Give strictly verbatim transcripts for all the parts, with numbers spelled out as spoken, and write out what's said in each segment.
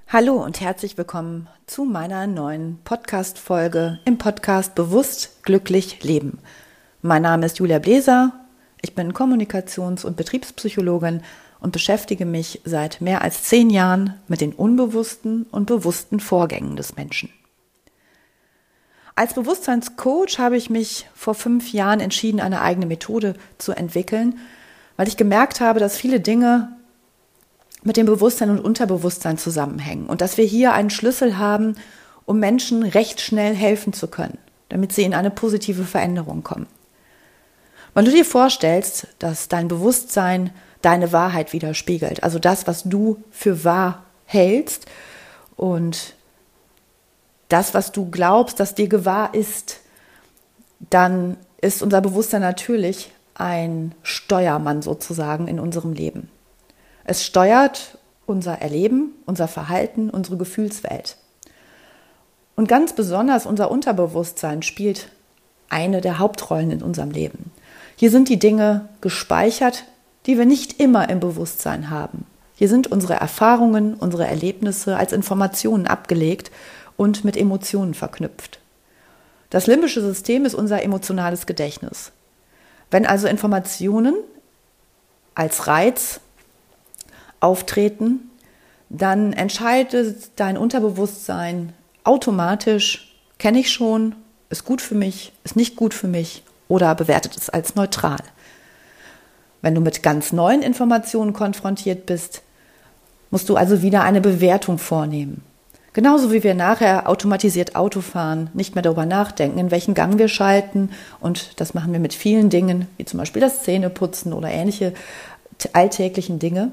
Hallo und herzlich willkommen zu meiner neuen Podcast-Folge im Podcast Bewusst glücklich leben. Mein Name ist Julia Bläser, ich bin Kommunikations- und Betriebspsychologin und beschäftige mich seit mehr als zehn Jahren mit den unbewussten und bewussten Vorgängen des Menschen. Als Bewusstseinscoach habe ich mich vor fünf Jahren entschieden, eine eigene Methode zu entwickeln, weil ich gemerkt habe, dass viele Dinge mit dem Bewusstsein und Unterbewusstsein zusammenhängen und dass wir hier einen Schlüssel haben, um Menschen recht schnell helfen zu können, damit sie in eine positive Veränderung kommen. Wenn du dir vorstellst, dass dein Bewusstsein deine Wahrheit widerspiegelt, also das, was du für wahr hältst und das, was du glaubst, dass dir gewahr ist, dann ist unser Bewusstsein natürlich ein Steuermann sozusagen in unserem Leben. Es steuert unser Erleben, unser Verhalten, unsere Gefühlswelt. Und ganz besonders unser Unterbewusstsein spielt eine der Hauptrollen in unserem Leben. Hier sind die Dinge gespeichert, die wir nicht immer im Bewusstsein haben. Hier sind unsere Erfahrungen, unsere Erlebnisse als Informationen abgelegt und mit Emotionen verknüpft. Das limbische System ist unser emotionales Gedächtnis. Wenn also Informationen als Reiz auftreten, dann entscheidet dein Unterbewusstsein automatisch, kenne ich schon, ist gut für mich, ist nicht gut für mich oder bewertet es als neutral. Wenn du mit ganz neuen Informationen konfrontiert bist, musst du also wieder eine Bewertung vornehmen. Genauso wie wir nachher automatisiert Auto fahren, nicht mehr darüber nachdenken, in welchen Gang wir schalten, und das machen wir mit vielen Dingen, wie zum Beispiel das Zähneputzen oder ähnliche alltäglichen Dinge.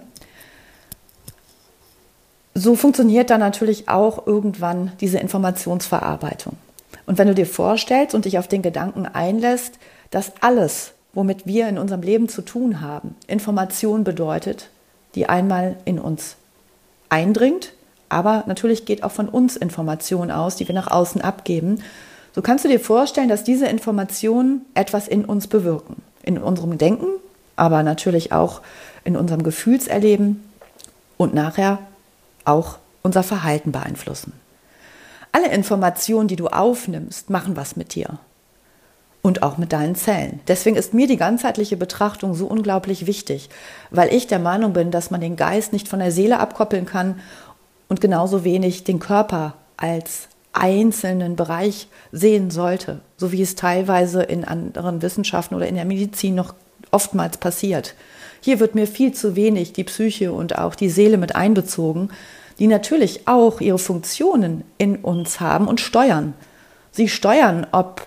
So funktioniert dann natürlich auch irgendwann diese Informationsverarbeitung. Und wenn du dir vorstellst und dich auf den Gedanken einlässt, dass alles, womit wir in unserem Leben zu tun haben, Information bedeutet, die einmal in uns eindringt, aber natürlich geht auch von uns Information aus, die wir nach außen abgeben, so kannst du dir vorstellen, dass diese Informationen etwas in uns bewirken. In unserem Denken, aber natürlich auch in unserem Gefühlserleben und nachher auch unser Verhalten beeinflussen. Alle Informationen, die du aufnimmst, machen was mit dir und auch mit deinen Zellen. Deswegen ist mir die ganzheitliche Betrachtung so unglaublich wichtig, weil ich der Meinung bin, dass man den Geist nicht von der Seele abkoppeln kann und genauso wenig den Körper als einzelnen Bereich sehen sollte, so wie es teilweise in anderen Wissenschaften oder in der Medizin noch oftmals passiert. Hier wird mir viel zu wenig die Psyche und auch die Seele mit einbezogen, die natürlich auch ihre Funktionen in uns haben und steuern. Sie steuern, ob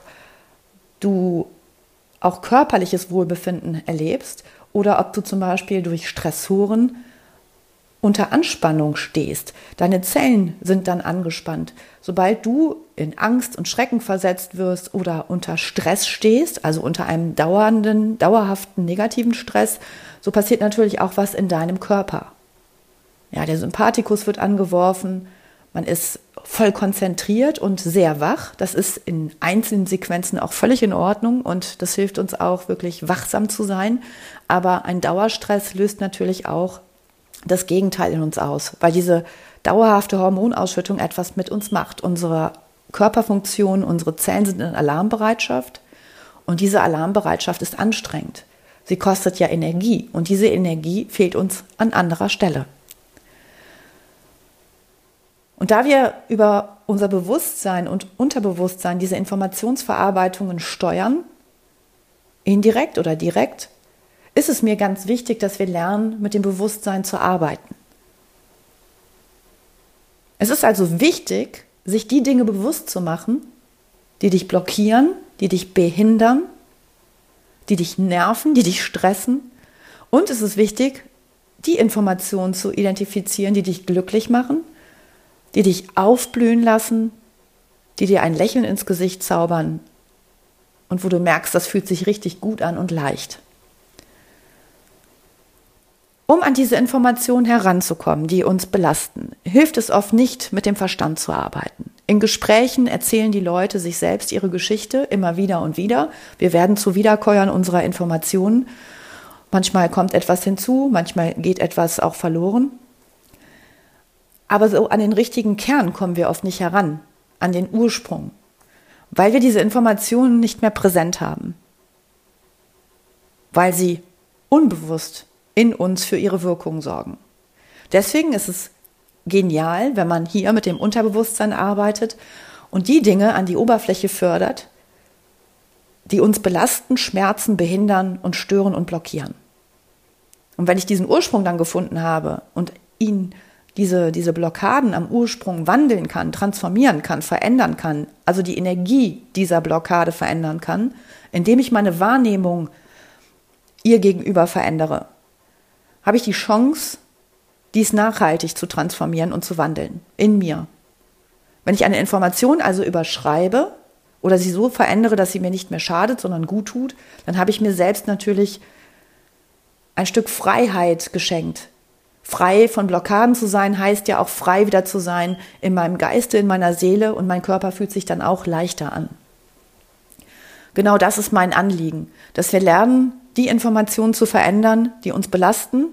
du auch körperliches Wohlbefinden erlebst oder ob du zum Beispiel durch Stressoren unter Anspannung stehst. Deine Zellen sind dann angespannt. Sobald du in Angst und Schrecken versetzt wirst oder unter Stress stehst, also unter einem dauernden, dauerhaften negativen Stress, so passiert natürlich auch was in deinem Körper. Ja, der Sympathikus wird angeworfen, man ist voll konzentriert und sehr wach. Das ist in einzelnen Sequenzen auch völlig in Ordnung und das hilft uns auch wirklich wachsam zu sein. Aber ein Dauerstress löst natürlich auch das Gegenteil in uns aus, weil diese dauerhafte Hormonausschüttung etwas mit uns macht. Unsere Körperfunktionen, unsere Zellen sind in Alarmbereitschaft und diese Alarmbereitschaft ist anstrengend. Sie kostet ja Energie und diese Energie fehlt uns an anderer Stelle. Und da wir über unser Bewusstsein und Unterbewusstsein diese Informationsverarbeitungen steuern, indirekt oder direkt, ist es mir ganz wichtig, dass wir lernen, mit dem Bewusstsein zu arbeiten. Es ist also wichtig, sich die Dinge bewusst zu machen, die dich blockieren, die dich behindern, die dich nerven, die dich stressen. Und es ist wichtig, die Informationen zu identifizieren, die dich glücklich machen, die dich aufblühen lassen, die dir ein Lächeln ins Gesicht zaubern und wo du merkst, das fühlt sich richtig gut an und leicht. Um an diese Informationen heranzukommen, die uns belasten, hilft es oft nicht, mit dem Verstand zu arbeiten. In Gesprächen erzählen die Leute sich selbst ihre Geschichte immer wieder und wieder. Wir werden zu Wiederkäuern unserer Informationen. Manchmal kommt etwas hinzu, manchmal geht etwas auch verloren. Aber so an den richtigen Kern kommen wir oft nicht heran, an den Ursprung, weil wir diese Informationen nicht mehr präsent haben, weil sie unbewusst in uns für ihre Wirkung sorgen. Deswegen ist es genial, wenn man hier mit dem Unterbewusstsein arbeitet und die Dinge an die Oberfläche fördert, die uns belasten, schmerzen, behindern und stören und blockieren. Und wenn ich diesen Ursprung dann gefunden habe und ihn, diese, diese Blockaden am Ursprung wandeln kann, transformieren kann, verändern kann, also die Energie dieser Blockade verändern kann, indem ich meine Wahrnehmung ihr gegenüber verändere, habe ich die Chance, dies nachhaltig zu transformieren und zu wandeln in mir. Wenn ich eine Information also überschreibe oder sie so verändere, dass sie mir nicht mehr schadet, sondern gut tut, dann habe ich mir selbst natürlich ein Stück Freiheit geschenkt. Frei von Blockaden zu sein, heißt ja auch frei wieder zu sein in meinem Geiste, in meiner Seele, und mein Körper fühlt sich dann auch leichter an. Genau das ist mein Anliegen, dass wir lernen, die Informationen zu verändern, die uns belasten,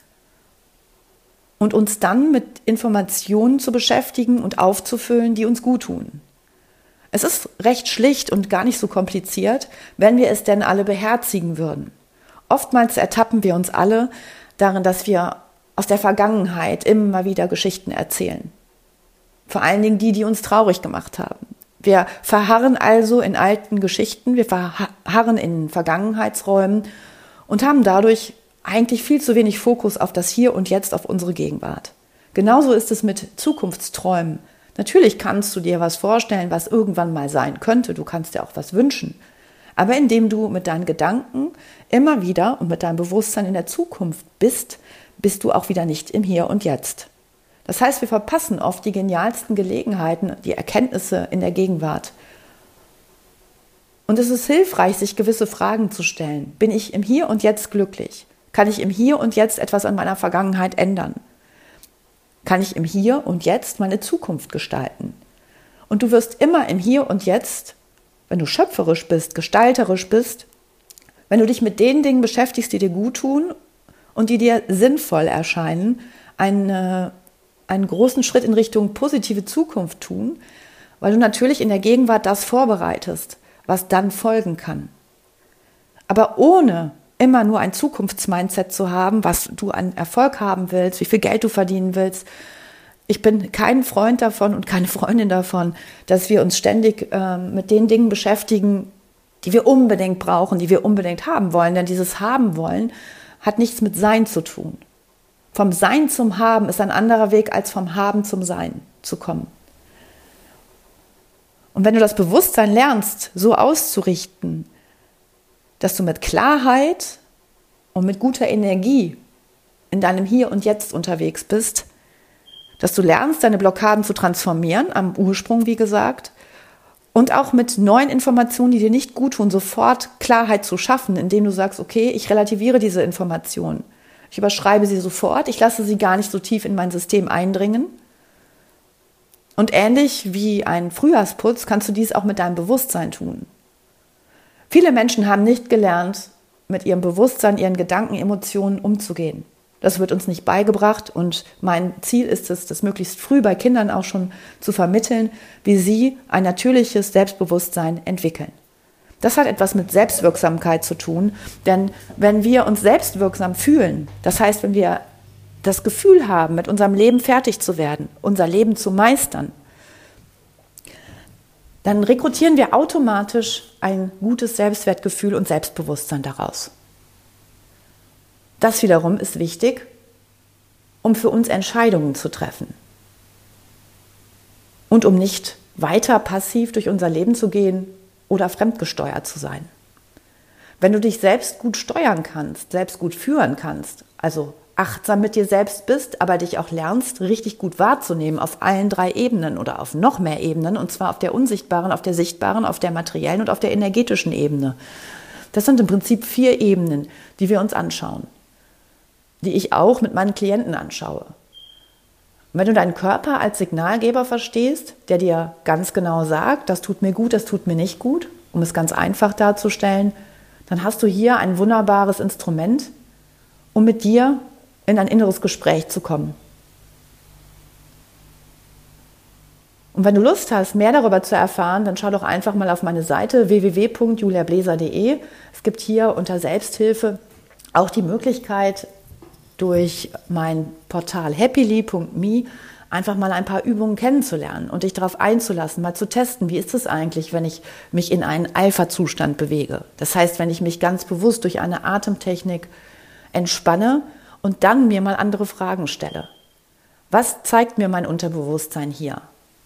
und uns dann mit Informationen zu beschäftigen und aufzufüllen, die uns gut tun. Es ist recht schlicht und gar nicht so kompliziert, wenn wir es denn alle beherzigen würden. Oftmals ertappen wir uns alle darin, dass wir aus der Vergangenheit immer wieder Geschichten erzählen. Vor allen Dingen die, die uns traurig gemacht haben. Wir verharren also in alten Geschichten, wir verharren in Vergangenheitsräumen und haben dadurch eigentlich viel zu wenig Fokus auf das Hier und Jetzt, auf unsere Gegenwart. Genauso ist es mit Zukunftsträumen. Natürlich kannst du dir was vorstellen, was irgendwann mal sein könnte. Du kannst dir auch was wünschen. Aber indem du mit deinen Gedanken immer wieder und mit deinem Bewusstsein in der Zukunft bist, bist du auch wieder nicht im Hier und Jetzt. Das heißt, wir verpassen oft die genialsten Gelegenheiten, die Erkenntnisse in der Gegenwart. Und es ist hilfreich, sich gewisse Fragen zu stellen. Bin ich im Hier und Jetzt glücklich? Kann ich im Hier und Jetzt etwas an meiner Vergangenheit ändern? Kann ich im Hier und Jetzt meine Zukunft gestalten? Und du wirst immer im Hier und Jetzt, wenn du schöpferisch bist, gestalterisch bist, wenn du dich mit den Dingen beschäftigst, die dir gut tun und die dir sinnvoll erscheinen, einen, einen großen Schritt in Richtung positive Zukunft tun, weil du natürlich in der Gegenwart das vorbereitest, was dann folgen kann. Aber ohne immer nur ein Zukunftsmindset zu haben, was du an Erfolg haben willst, wie viel Geld du verdienen willst. Ich bin kein Freund davon und keine Freundin davon, dass wir uns ständig äh, mit den Dingen beschäftigen, die wir unbedingt brauchen, die wir unbedingt haben wollen. Denn dieses Haben wollen hat nichts mit Sein zu tun. Vom Sein zum Haben ist ein anderer Weg, als vom Haben zum Sein zu kommen. Und wenn du das Bewusstsein lernst, so auszurichten, dass du mit Klarheit und mit guter Energie in deinem Hier und Jetzt unterwegs bist, dass du lernst, deine Blockaden zu transformieren, am Ursprung, wie gesagt, und auch mit neuen Informationen, die dir nicht gut tun, sofort Klarheit zu schaffen, indem du sagst, okay, ich relativiere diese Informationen. Ich überschreibe sie sofort, ich lasse sie gar nicht so tief in mein System eindringen. Und ähnlich wie ein Frühjahrsputz kannst du dies auch mit deinem Bewusstsein tun. Viele Menschen haben nicht gelernt, mit ihrem Bewusstsein, ihren Gedanken, Emotionen umzugehen. Das wird uns nicht beigebracht und mein Ziel ist es, das möglichst früh bei Kindern auch schon zu vermitteln, wie sie ein natürliches Selbstbewusstsein entwickeln. Das hat etwas mit Selbstwirksamkeit zu tun, denn wenn wir uns selbstwirksam fühlen, das heißt, wenn wir das Gefühl haben, mit unserem Leben fertig zu werden, unser Leben zu meistern, dann rekrutieren wir automatisch ein gutes Selbstwertgefühl und Selbstbewusstsein daraus. Das wiederum ist wichtig, um für uns Entscheidungen zu treffen und um nicht weiter passiv durch unser Leben zu gehen oder fremdgesteuert zu sein. Wenn du dich selbst gut steuern kannst, selbst gut führen kannst, also achtsam mit dir selbst bist, aber dich auch lernst, richtig gut wahrzunehmen auf allen drei Ebenen oder auf noch mehr Ebenen, und zwar auf der unsichtbaren, auf der sichtbaren, auf der materiellen und auf der energetischen Ebene. Das sind im Prinzip vier Ebenen, die wir uns anschauen, die ich auch mit meinen Klienten anschaue. Und wenn du deinen Körper als Signalgeber verstehst, der dir ganz genau sagt, das tut mir gut, das tut mir nicht gut, um es ganz einfach darzustellen, dann hast du hier ein wunderbares Instrument, um mit dir in ein inneres Gespräch zu kommen. Und wenn du Lust hast, mehr darüber zu erfahren, dann schau doch einfach mal auf meine Seite w w w punkt julia bläser punkt de. Es gibt hier unter Selbsthilfe auch die Möglichkeit, durch mein Portal happily punkt me einfach mal ein paar Übungen kennenzulernen und dich darauf einzulassen, mal zu testen, wie ist es eigentlich, wenn ich mich in einen Alpha-Zustand bewege. Das heißt, wenn ich mich ganz bewusst durch eine Atemtechnik entspanne und dann mir mal andere Fragen stelle. Was zeigt mir mein Unterbewusstsein hier?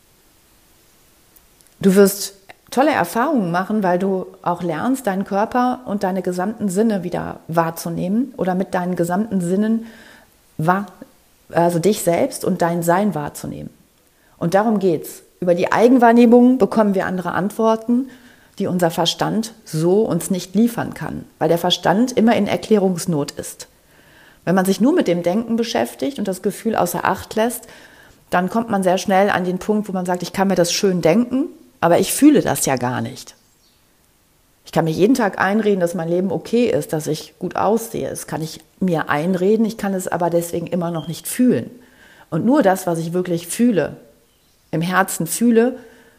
Du wirst tolle Erfahrungen machen, weil du auch lernst, deinen Körper und deine gesamten Sinne wieder wahrzunehmen oder mit deinen gesamten Sinnen wahr, also dich selbst und dein Sein wahrzunehmen. Und darum geht's. Über die Eigenwahrnehmung bekommen wir andere Antworten, die unser Verstand so uns nicht liefern kann, weil der Verstand immer in Erklärungsnot ist. Wenn man sich nur mit dem Denken beschäftigt und das Gefühl außer Acht lässt, dann kommt man sehr schnell an den Punkt, wo man sagt, ich kann mir das schön denken, aber ich fühle das ja gar nicht. Ich kann mir jeden Tag einreden, dass mein Leben okay ist, dass ich gut aussehe. Das kann ich mir einreden, ich kann es aber deswegen immer noch nicht fühlen. Und nur das, was ich wirklich fühle, im Herzen fühle,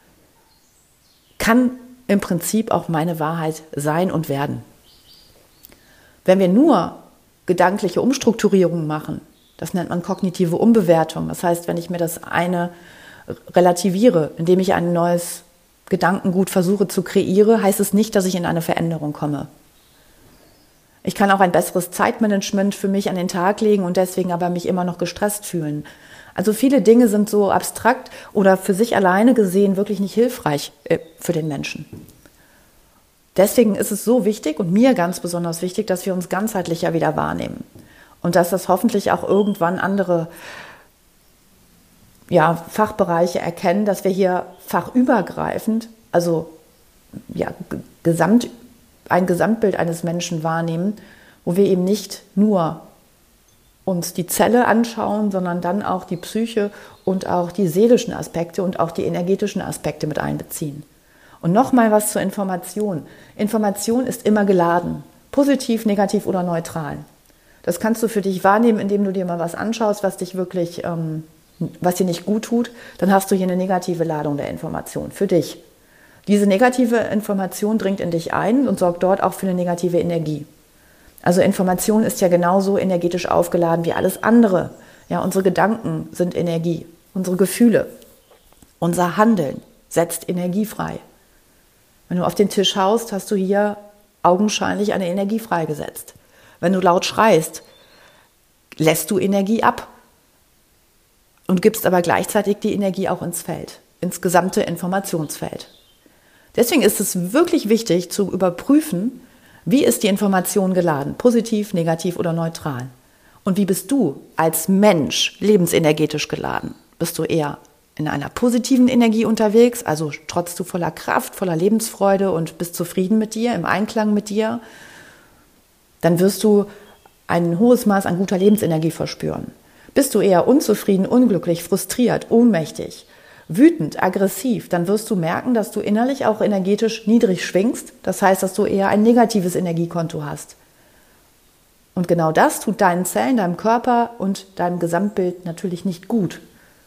kann im Prinzip auch meine Wahrheit sein und werden. Wenn wir nur gedankliche Umstrukturierungen machen, das nennt man kognitive Umbewertung. Das heißt, wenn ich mir das eine relativiere, indem ich ein neues Gedankengut versuche zu kreieren, heißt es nicht, dass ich in eine Veränderung komme. Ich kann auch ein besseres Zeitmanagement für mich an den Tag legen und deswegen aber mich immer noch gestresst fühlen. Also viele Dinge sind so abstrakt oder für sich alleine gesehen wirklich nicht hilfreich für den Menschen. Deswegen ist es so wichtig und mir ganz besonders wichtig, dass wir uns ganzheitlicher wieder wahrnehmen und dass das hoffentlich auch irgendwann andere ja, Fachbereiche erkennen, dass wir hier fachübergreifend, also ja, gesamt, ein Gesamtbild eines Menschen wahrnehmen, wo wir eben nicht nur uns die Zelle anschauen, sondern dann auch die Psyche und auch die seelischen Aspekte und auch die energetischen Aspekte mit einbeziehen. Und nochmal was zur Information. Information ist immer geladen, positiv, negativ oder neutral. Das kannst du für dich wahrnehmen, indem du dir mal was anschaust, was dich wirklich, ähm, was dir nicht gut tut. Dann hast du hier eine negative Ladung der Information für dich. Diese negative Information dringt in dich ein und sorgt dort auch für eine negative Energie. Also Information ist ja genauso energetisch aufgeladen wie alles andere. Ja, unsere Gedanken sind Energie, unsere Gefühle, unser Handeln setzt Energie frei. Wenn du auf den Tisch haust, hast du hier augenscheinlich eine Energie freigesetzt. Wenn du laut schreist, lässt du Energie ab und gibst aber gleichzeitig die Energie auch ins Feld, ins gesamte Informationsfeld. Deswegen ist es wirklich wichtig zu überprüfen, wie ist die Information geladen, positiv, negativ oder neutral? Und wie bist du als Mensch lebensenergetisch geladen? Bist du eher in einer positiven Energie unterwegs, also trotzt du voller Kraft, voller Lebensfreude und bist zufrieden mit dir, im Einklang mit dir? Dann wirst du ein hohes Maß an guter Lebensenergie verspüren. Bist du eher unzufrieden, unglücklich, frustriert, ohnmächtig, wütend, aggressiv, dann wirst du merken, dass du innerlich auch energetisch niedrig schwingst. Das heißt, dass du eher ein negatives Energiekonto hast. Und genau das tut deinen Zellen, deinem Körper und deinem Gesamtbild natürlich nicht gut.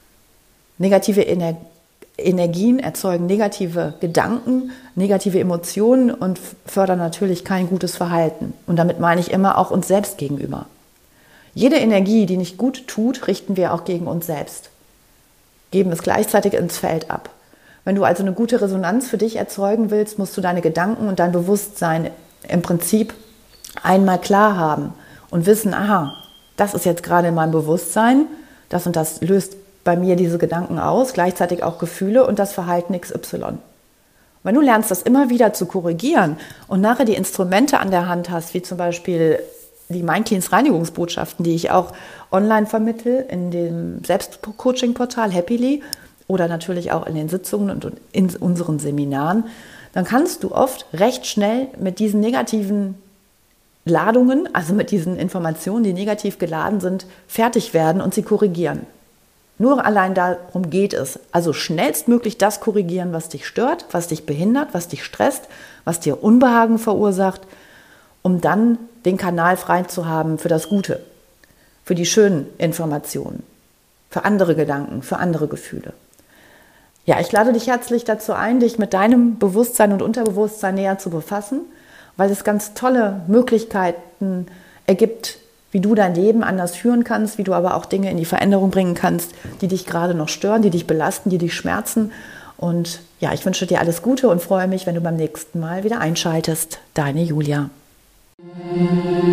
Negative Ener- Energien erzeugen negative Gedanken, negative Emotionen und fördern natürlich kein gutes Verhalten. Und damit meine ich immer auch uns selbst gegenüber. Jede Energie, die nicht gut tut, richten wir auch gegen uns selbst. Geben es gleichzeitig ins Feld ab. Wenn du also eine gute Resonanz für dich erzeugen willst, musst du deine Gedanken und dein Bewusstsein im Prinzip einmal klar haben und wissen, aha, das ist jetzt gerade in meinem Bewusstsein, das und das löst bei mir diese Gedanken aus, gleichzeitig auch Gefühle und das Verhalten X Y. Wenn du lernst, das immer wieder zu korrigieren und nachher die Instrumente an der Hand hast, wie zum Beispiel die MindCleans Reinigungsbotschaften, die ich auch online vermittle in dem Selbstcoaching-Portal Happily oder natürlich auch in den Sitzungen und in unseren Seminaren, dann kannst du oft recht schnell mit diesen negativen Ladungen, also mit diesen Informationen, die negativ geladen sind, fertig werden und sie korrigieren. Nur allein darum geht es. Also schnellstmöglich das korrigieren, was dich stört, was dich behindert, was dich stresst, was dir Unbehagen verursacht, um dann den Kanal frei zu haben für das Gute, für die schönen Informationen, für andere Gedanken, für andere Gefühle. Ja, ich lade dich herzlich dazu ein, dich mit deinem Bewusstsein und Unterbewusstsein näher zu befassen, weil es ganz tolle Möglichkeiten ergibt, wie du dein Leben anders führen kannst, wie du aber auch Dinge in die Veränderung bringen kannst, die dich gerade noch stören, die dich belasten, die dich schmerzen. Und ja, ich wünsche dir alles Gute und freue mich, wenn du beim nächsten Mal wieder einschaltest. Deine Julia.